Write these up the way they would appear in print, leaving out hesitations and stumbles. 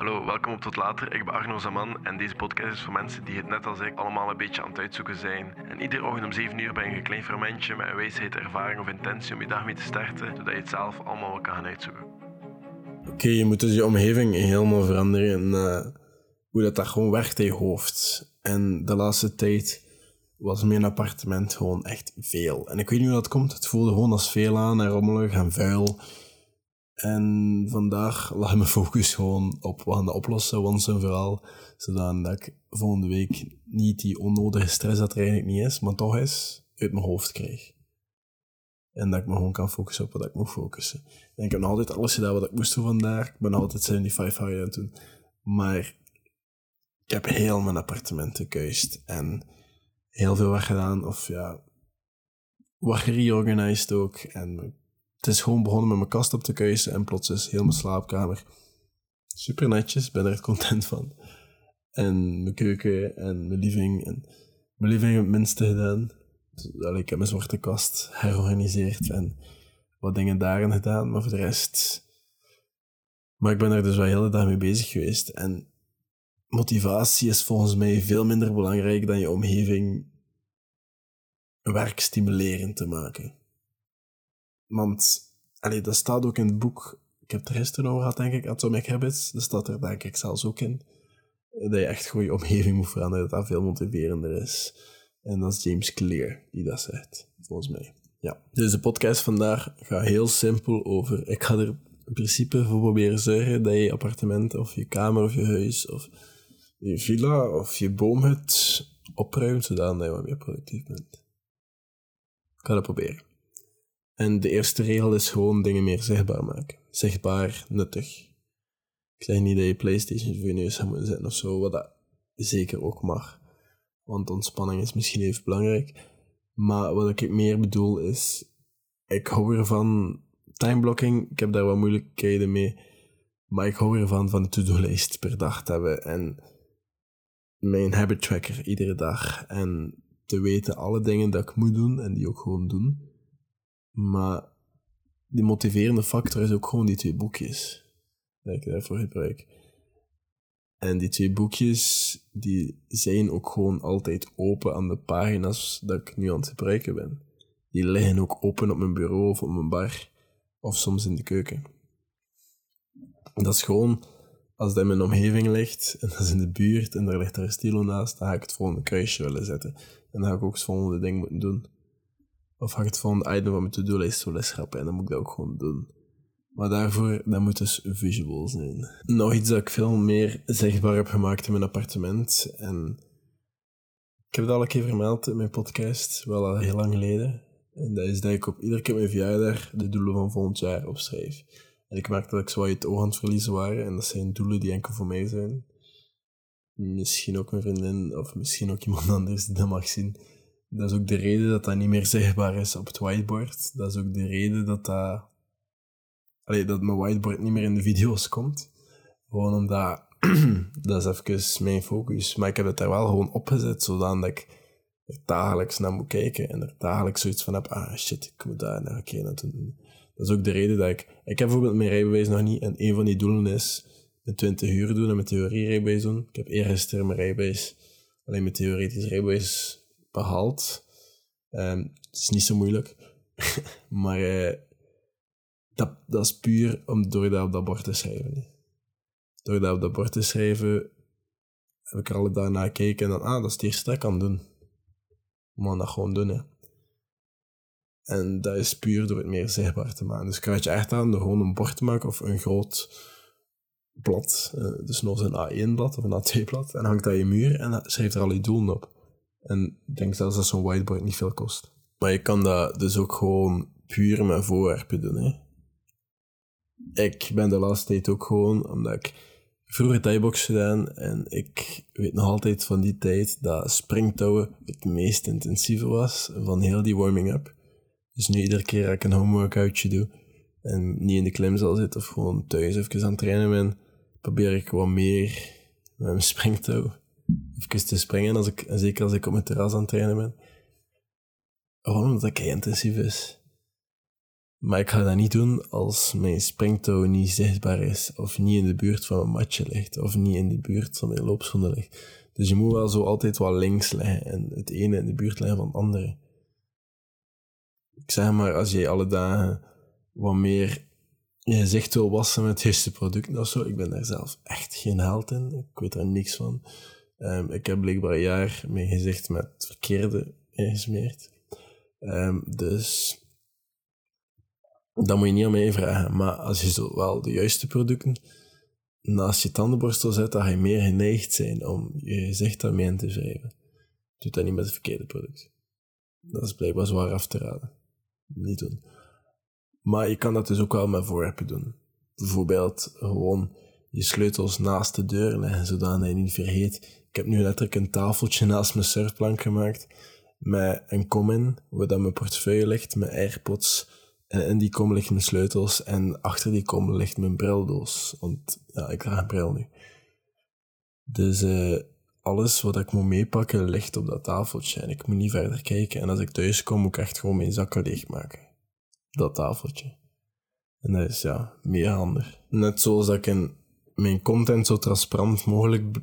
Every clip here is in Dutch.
Hallo, welkom op Tot Later. Ik ben Arno Zaman en deze podcast is voor mensen die het net als ik allemaal een beetje aan het uitzoeken zijn. En iedere ochtend om 7 uur ben je een klein fermentje met een wijsheid, ervaring of intentie om je dag mee te starten, zodat je het zelf allemaal wel kan gaan uitzoeken. Oké, je moet dus je omgeving helemaal veranderen en hoe dat gewoon werkt in je hoofd. En de laatste tijd was mijn appartement gewoon echt veel. En ik weet niet hoe dat komt, het voelde gewoon als veel aan en rommelig en vuil. En vandaag lag mijn focus gewoon op wat gaan dat oplossen, once en vooral. Zodat ik volgende week niet die onnodige stress dat er eigenlijk niet is, maar toch is, uit mijn hoofd krijg. En dat ik me gewoon kan focussen op wat ik moet focussen. En ik heb nog altijd alles gedaan wat ik moest doen vandaag. Ik ben altijd 75 hard aan het doen. Maar ik heb heel mijn appartement gekuist. En heel veel werk gedaan. Of ja, wat gereorganiseerd ook. En het is gewoon begonnen met mijn kast op te kuisen. En plots is heel mijn slaapkamer super netjes. Ik ben er echt content van. En mijn keuken en mijn living. En mijn living heb het minste gedaan. Ik heb mijn zwarte kast herorganiseerd en wat dingen daarin gedaan, maar voor de rest... Maar ik ben er dus wel de hele dag mee bezig geweest. En motivatie is volgens mij veel minder belangrijk dan je omgeving werkstimulerend te maken. Want, dat staat ook in het boek, ik heb het er gisteren over gehad, denk ik, Atomic Habits, dat staat er denk ik zelfs ook in, dat je echt gewoon je omgeving moet veranderen, dat dat veel motiverender is. En dat is James Clear die dat zegt, volgens mij. Ja. Dus de podcast vandaag gaat heel simpel over... Ik ga er in principe voor proberen zorgen dat je appartement of je kamer of je huis of je villa of je boomhut opruimt, zodat je wat meer productief bent. Ik ga dat proberen. En de eerste regel is gewoon dingen meer zichtbaar maken. Zichtbaar, nuttig. Ik zeg niet dat je PlayStation voor je neus gaat moeten zetten of zo, wat dat zeker ook mag. Want ontspanning is misschien even belangrijk. Maar wat ik meer bedoel is... Ik hou ervan... Timeblocking, ik heb daar wat moeilijkheden mee. Maar ik hou ervan van de to-do-lijst per dag te hebben. En mijn habit tracker iedere dag. En te weten alle dingen dat ik moet doen. En die ook gewoon doen. Maar die motiverende factor is ook gewoon die 2 boekjes. Dat ik daarvoor gebruik. En die 2 boekjes, die zijn ook gewoon altijd open aan de pagina's dat ik nu aan het gebruiken ben. Die liggen ook open op mijn bureau of op mijn bar. Of soms in de keuken. En dat is gewoon, als dat in mijn omgeving ligt, en dat is in de buurt, en daar ligt daar een stilo naast, dan ga ik het volgende kruisje willen zetten. En dan ga ik ook het volgende ding moeten doen. Of ga ik het volgende item van mijn to-do-lijst willen schrappen, en dan moet ik dat ook gewoon doen. Maar daarvoor, dat moet dus visual zijn. Nog iets dat ik veel meer zichtbaar heb gemaakt in mijn appartement. En ik heb het al een keer vermeld in mijn podcast, wel al heel lang geleden. En dat is dat ik op iedere keer mijn verjaardag de doelen van volgend jaar opschrijf. En ik merk dat ik zo wat het oog aan het verliezen waren. En dat zijn doelen die enkel voor mij zijn. Misschien ook mijn vriendin, of misschien ook iemand anders die dat mag zien. Dat is ook de reden dat dat niet meer zichtbaar is op het whiteboard. Dat is ook de reden dat mijn whiteboard niet meer in de video's komt. Gewoon omdat... dat is even mijn focus. Maar ik heb het daar wel gewoon opgezet, zodat ik er dagelijks naar moet kijken. En er dagelijks zoiets van heb, shit, ik moet daar nog een keer naartoe doen. Dat is ook de reden dat ik heb bijvoorbeeld mijn rijbewijs nog niet. En een van die doelen is de 20 uur doen en mijn theorie-rijbewijs doen. Ik heb eergisteren mijn rijbewijs, alleen mijn theoretisch rijbewijs behaald. Het is niet zo moeilijk. Maar dat is puur door dat op dat bord te schrijven. Door dat op dat bord te schrijven, heb ik er alle dagen naar gekeken en dan, dat is het eerste dat ik kan doen. Maar dat gewoon doen, hè. En dat is puur door het meer zichtbaar te maken. Dus ik raad je echt aan door gewoon een bord te maken of een groot blad. Dus nog een A1-blad of een A2-blad. En hangt dat je muur en dan schrijf er al je doelen op. En ik denk zelfs dat zo'n whiteboard niet veel kost. Maar je kan dat dus ook gewoon puur met voorwerpen doen, hè. Ik ben de laatste tijd ook gewoon, omdat ik vroeger thaibox gedaan en ik weet nog altijd van die tijd dat springtouwen het meest intensieve was van heel die warming-up. Dus nu iedere keer dat ik een homeworkoutje doe en niet in de klimzaal zit of gewoon thuis even aan het trainen ben, probeer ik wat meer met mijn springtouw even te springen, zeker als ik op mijn terras aan het trainen ben. Gewoon omdat het kei intensief is. Maar ik ga dat niet doen als mijn springtouw niet zichtbaar is, of niet in de buurt van mijn matje ligt, of niet in de buurt van mijn loopschoenen ligt. Dus je moet wel zo altijd wat links leggen en het ene in de buurt leggen van het andere. Ik zeg maar, als je alle dagen wat meer je gezicht wil wassen met het juiste producten of zo, ik ben daar zelf echt geen held in. Ik weet daar niks van. Ik heb blijkbaar een jaar mijn gezicht met het verkeerde ingesmeerd. Dus dat moet je niet aan mij vragen. Maar als je zo wel de juiste producten naast je tandenborstel zet, dan ga je meer geneigd zijn om je gezicht daarmee in te wrijven. Doe dat niet met het verkeerde product. Dat is blijkbaar zwaar af te raden. Niet doen. Maar je kan dat dus ook wel met voorwerpen doen. Bijvoorbeeld gewoon je sleutels naast de deur leggen, zodat je niet vergeet. Ik heb nu letterlijk een tafeltje naast mijn surfplank gemaakt met een kom in, waar dan mijn portefeuille ligt, met AirPods. En in die kom ligt mijn sleutels en achter die kom ligt mijn brildoos. Want ja, ik draag een bril nu. Dus alles wat ik moet meepakken ligt op dat tafeltje en ik moet niet verder kijken. En als ik thuis kom, moet ik echt gewoon mijn zakken leegmaken. Dat tafeltje. En dat is meer handig. Net zoals dat ik in mijn content zo transparant mogelijk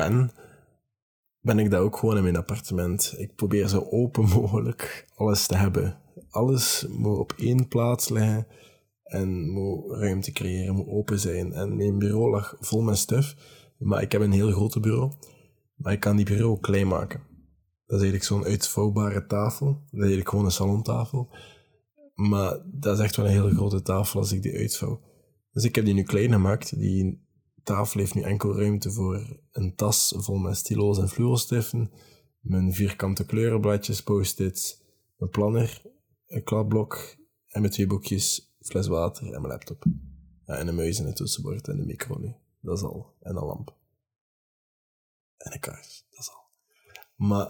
ben ik dat ook gewoon in mijn appartement. Ik probeer zo open mogelijk alles te hebben. Alles moet op één plaats liggen en moet ruimte creëren, moet open zijn. En mijn bureau lag vol met stuff, maar ik heb een heel grote bureau. Maar ik kan die bureau klein maken. Dat is eigenlijk zo'n uitvouwbare tafel. Dat is eigenlijk gewoon een salontafel. Maar dat is echt wel een hele grote tafel als ik die uitvouw. Dus ik heb die nu klein gemaakt. Die tafel heeft nu enkel ruimte voor een tas vol met stilo's en fluorostiften, mijn vierkante kleurenbladjes, post-its, mijn planner, een kladblok en mijn 2 boekjes, fles water en mijn laptop. Ja, en een muis en een toetsenbord en een micro nu. Dat is al. En een lamp. En een kaars. Dat is al. Maar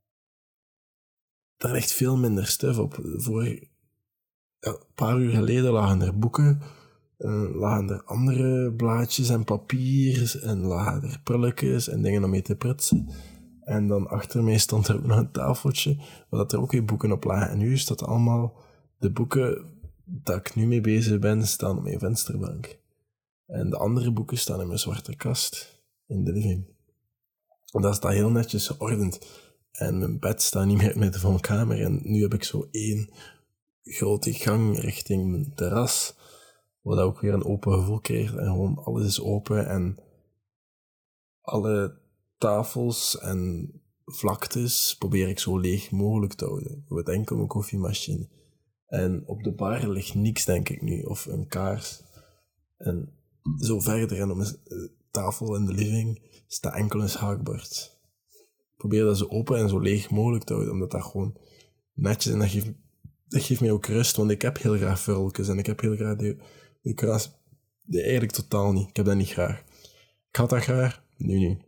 daar ligt veel minder stuff op. Een paar uur geleden lagen er boeken, lagen er andere blaadjes en papier, en lagen er prulletjes en dingen om mee te prutsen. En dan achter mij stond er ook nog een tafeltje, waar er ook weer boeken op lagen. En nu staat allemaal, de boeken dat ik nu mee bezig ben, staan op mijn vensterbank. En de andere boeken staan in mijn zwarte kast, in de living. En dat staat heel netjes geordend. En mijn bed staat niet meer in het midden van mijn kamer. En nu heb ik zo 1 grote gang richting mijn terras, waar dat ook weer een open gevoel krijgt. En gewoon alles is open en alle tafels en vlaktes probeer ik zo leeg mogelijk te houden. Met enkel mijn koffiemachine. En op de bar ligt niks, denk ik nu. Of een kaars. En zo verder. En op mijn tafel in de living staat enkel een schaakbord. Ik probeer dat zo open en zo leeg mogelijk te houden, omdat dat gewoon netjes, en dat geeft mij ook rust, want ik heb heel graag vulletjes en ik heb heel graag decoratie. Nee, eigenlijk totaal niet. Ik heb dat niet graag. Ik had dat graag, nu niet.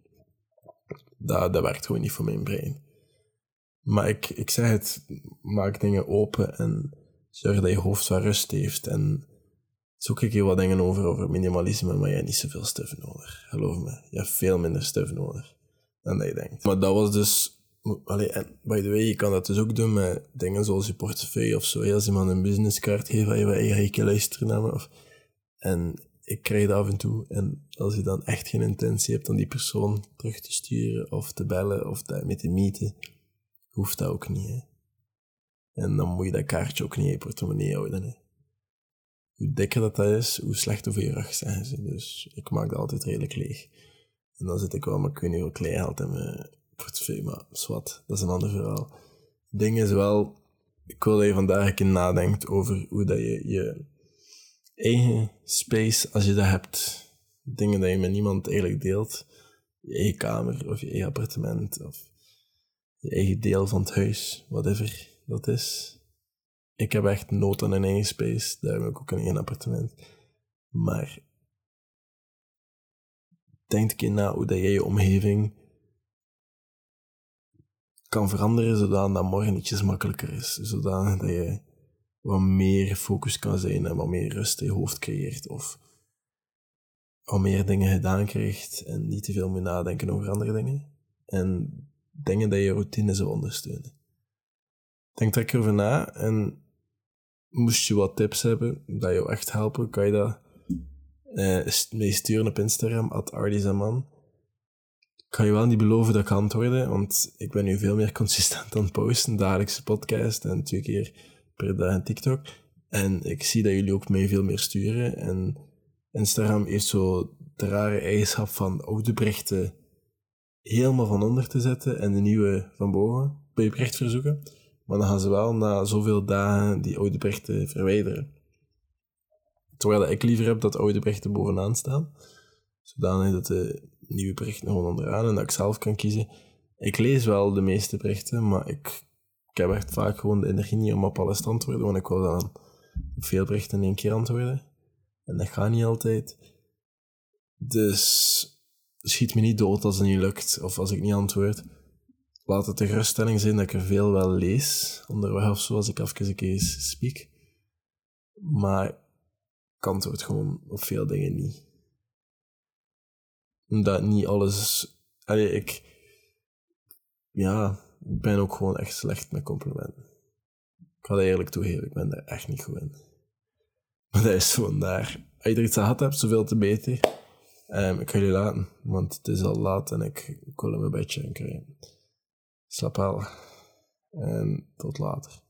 Dat werkt gewoon niet voor mijn brein. Maar ik zeg het, maak dingen open en zorg dat je hoofd wat rust heeft. En zoek ik hier wat dingen over minimalisme, maar je hebt niet zoveel stuff nodig. Geloof me, je hebt veel minder stuff nodig dan dat je denkt. Maar dat was dus... en by the way, je kan dat dus ook doen met dingen zoals je portefeuille of zo. Als iemand een businesskaart geeft, ga je een luisteren naar me. En ik krijg dat af en toe. En als je dan echt geen intentie hebt om die persoon terug te sturen of te bellen of daarmee te meeten, hoeft dat ook niet. Hè. En dan moet je dat kaartje ook niet in je portemonnee houden. Hè. Hoe dikker dat is, hoe slechter voor je rug, zeggen ze. Dus ik maak dat altijd redelijk leeg. En dan zit ik wel, maar ik weet niet hoe klein geld in mijn portefeuille, maar zwart, dat is een ander verhaal. Het ding is wel, ik wil dat je vandaag een keer nadenkt over hoe dat je eigen space, als je dat hebt, dingen dat je met niemand eigenlijk deelt, je eigen kamer of je eigen appartement of je eigen deel van het huis, whatever dat is. Ik heb echt nood aan een eigen space, daar heb ik ook een eigen appartement. Maar denk een keer na hoe dat jij je omgeving kan veranderen, zodat dat morgen ietsjes makkelijker is. Zodat dat je wat meer focus kan zijn en wat meer rust in je hoofd creëert. Of wat meer dingen gedaan krijgt en niet te veel moet nadenken over andere dingen. En dingen dat je routine zou ondersteunen. Denk er over na en moest je wat tips hebben, dat jou echt helpen, kan je dat mee sturen op Instagram, @ardizaman. Ik kan je wel niet beloven dat ik antwoorden, want ik ben nu veel meer consistent aan het posten, dagelijkse podcast en 2 keer per dag een TikTok. En ik zie dat jullie ook mij veel meer sturen. En Instagram heeft zo de rare eigenschap van oude berichten helemaal van onder te zetten en de nieuwe van boven bij je berichtverzoeken. Maar dan gaan ze wel na zoveel dagen die oude berichten verwijderen. Terwijl ik liever heb dat oude berichten bovenaan staan, zodanig dat de nieuwe berichten gewoon onderaan en dat ik zelf kan kiezen. Ik lees wel de meeste berichten, maar ik heb echt vaak gewoon de energie niet om op alles te antwoorden, want ik wil dan op veel berichten in 1 keer antwoorden. En dat gaat niet altijd. Dus schiet me niet dood als het niet lukt, of als ik niet antwoord. Laat het de geruststelling zijn dat ik er veel wel lees, onderweg of zo, als ik even een keer speak. Maar ik antwoord gewoon op veel dingen niet. Omdat niet alles... ik ben ook gewoon echt slecht met complimenten. Ik ga dat eerlijk toegeven, ik ben daar echt niet goed in. Maar dat is gewoon daar. Als je er iets aan gehad hebt, zoveel te beter. Ik ga jullie laten, want het is al laat en ik wil in mijn bedje krijgen. Slaap wel. En tot later.